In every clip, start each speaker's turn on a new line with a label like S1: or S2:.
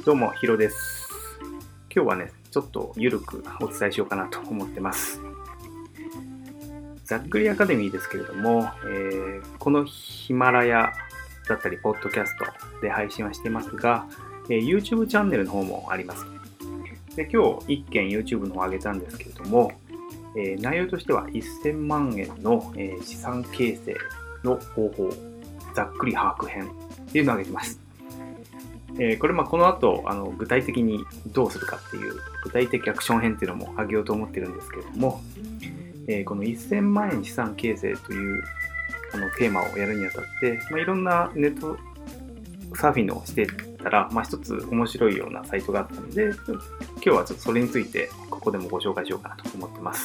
S1: どうもヒロです。今日はねちょっとゆるくお伝えしようかなと思ってます。ざっくりアカデミーですけれども、このヒマラヤだったりポッドキャストで配信はしてますが、YouTube チャンネルの方もあります。で今日1件 YouTube の方を上げたんですけれども、内容としては1000万円の、資産形成の方法ざっくり把握編っていうのを上げてます。これこの後具体的にどうするかっていう具体的アクション編っていうのも上げようと思ってるんですけれども、この1000万円資産形成というテーマをやるにあたって、いろんなネットサーフィンをしてたら、一つ面白いようなサイトがあったので、今日はちょっとそれについてここでもご紹介しようかなと思ってます。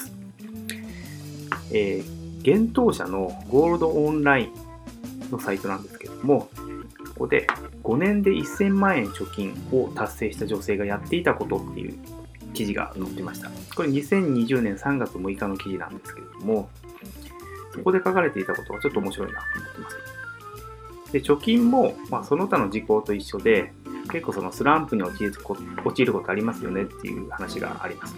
S1: 現当社のゴールドオンラインのサイトなんですけれども、ここで5年で1000万円貯金を達成した女性がやっていたことっていう記事が載ってました。これ2020年3月6日の記事なんですけれども、そこで書かれていたことがちょっと面白いなと思ってます。で貯金も、その他の事項と一緒で、結構そのスランプに陥ることありますよねっていう話があります。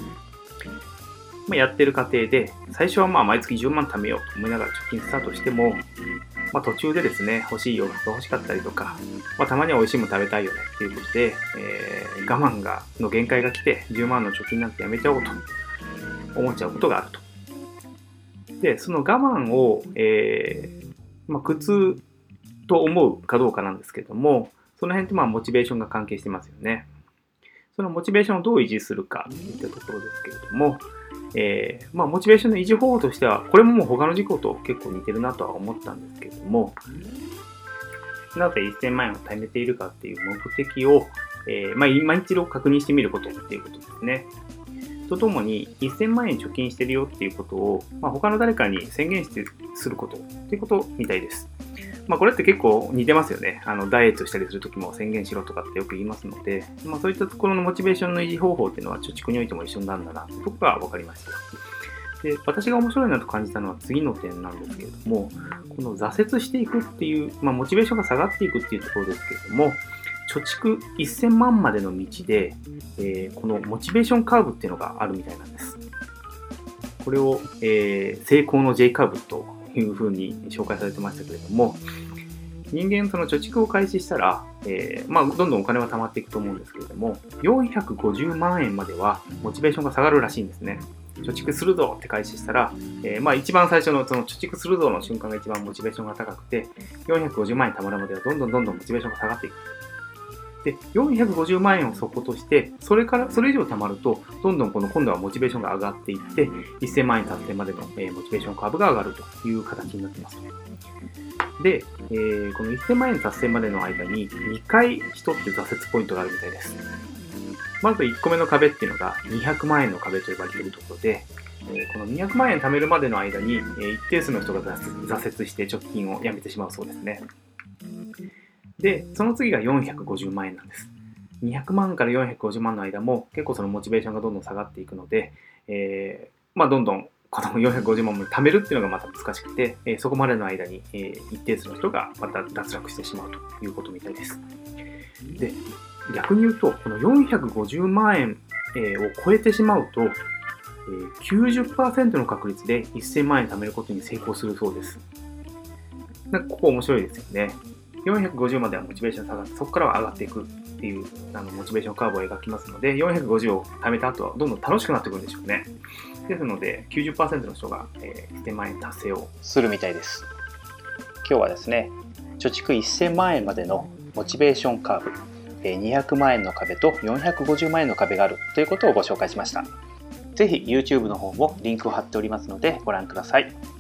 S1: やってる過程で、最初は毎月10万貯めようと思いながら貯金スタートしても、途中でですね、欲しい洋服が欲しかったりとか、たまには美味しいもの食べたいよねっていうことで、我慢の限界が来て10万の貯金なんてやめちゃおうと思っちゃうことがあると。で、その我慢を、苦痛と思うかどうかなんですけれども、その辺ってモチベーションが関係してますよね。そのモチベーションをどう維持するかといったところですけれども、モチベーションの維持方法としては、これも他の事項と結構似てるなとは思ったんですけれども、なぜ1000万円を貯めているかっていう目的を、今一度確認してみることっていうことですね。とともに、1000万円貯金してるよっていうことを、他の誰かに宣言することっていうことみたいです。これって結構似てますよね。ダイエットしたりするときも宣言しろとかってよく言いますので、そういったところのモチベーションの維持方法っていうのは貯蓄においても一緒なんだなということが分かりました。で、私が面白いなと感じたのは次の点なんですけれども、この挫折していくっていう、モチベーションが下がっていくっていうところですけれども、貯蓄1000万までの道で、このモチベーションカーブっていうのがあるみたいなんです。これを、成功の J カーブというふうに紹介されてましたけれども、人間その貯蓄を開始したら、どんどんお金は貯まっていくと思うんですけれども、450万円まではモチベーションが下がるらしいんですね。貯蓄するぞって開始したら、一番最初のその貯蓄するぞの瞬間が一番モチベーションが高くて、450万円貯まるまではどんどんモチベーションが下がっていく。で、450万円を底として、それ以上貯まると、どんどん今度はモチベーションが上がっていって、1000万円達成までのモチベーションカーブが上がるという形になっています。で、この1000万円達成までの間に2回人って挫折ポイントがあるみたいです。まず1個目の壁っていうのが200万円の壁と呼ばれているところで、この200万円貯めるまでの間に一定数の人が挫折して貯金をやめてしまうそうですね。で、その次が450万円なんです。200万から450万の間も結構そのモチベーションがどんどん下がっていくので、どんどんこの450万も貯めるっていうのがまた難しくて、そこまでの間に、一定数の人がまた脱落してしまうということみたいです。で、逆に言うと、この450万円、を超えてしまうと、90% の確率で1000万円貯めることに成功するそうです。ここ面白いですよね。450まではモチベーション下がって、そこからは上がっていくっていうモチベーションカーブを描きますので、450を貯めた後はどんどん楽しくなってくるんでしょうね。ですので 90% の人が1000万円達成をするみたいです。
S2: 今日はですね、貯蓄1000万円までのモチベーションカーブ、200万円の壁と450万円の壁があるということをご紹介しました。ぜひ YouTube の方もリンクを貼っておりますのでご覧ください。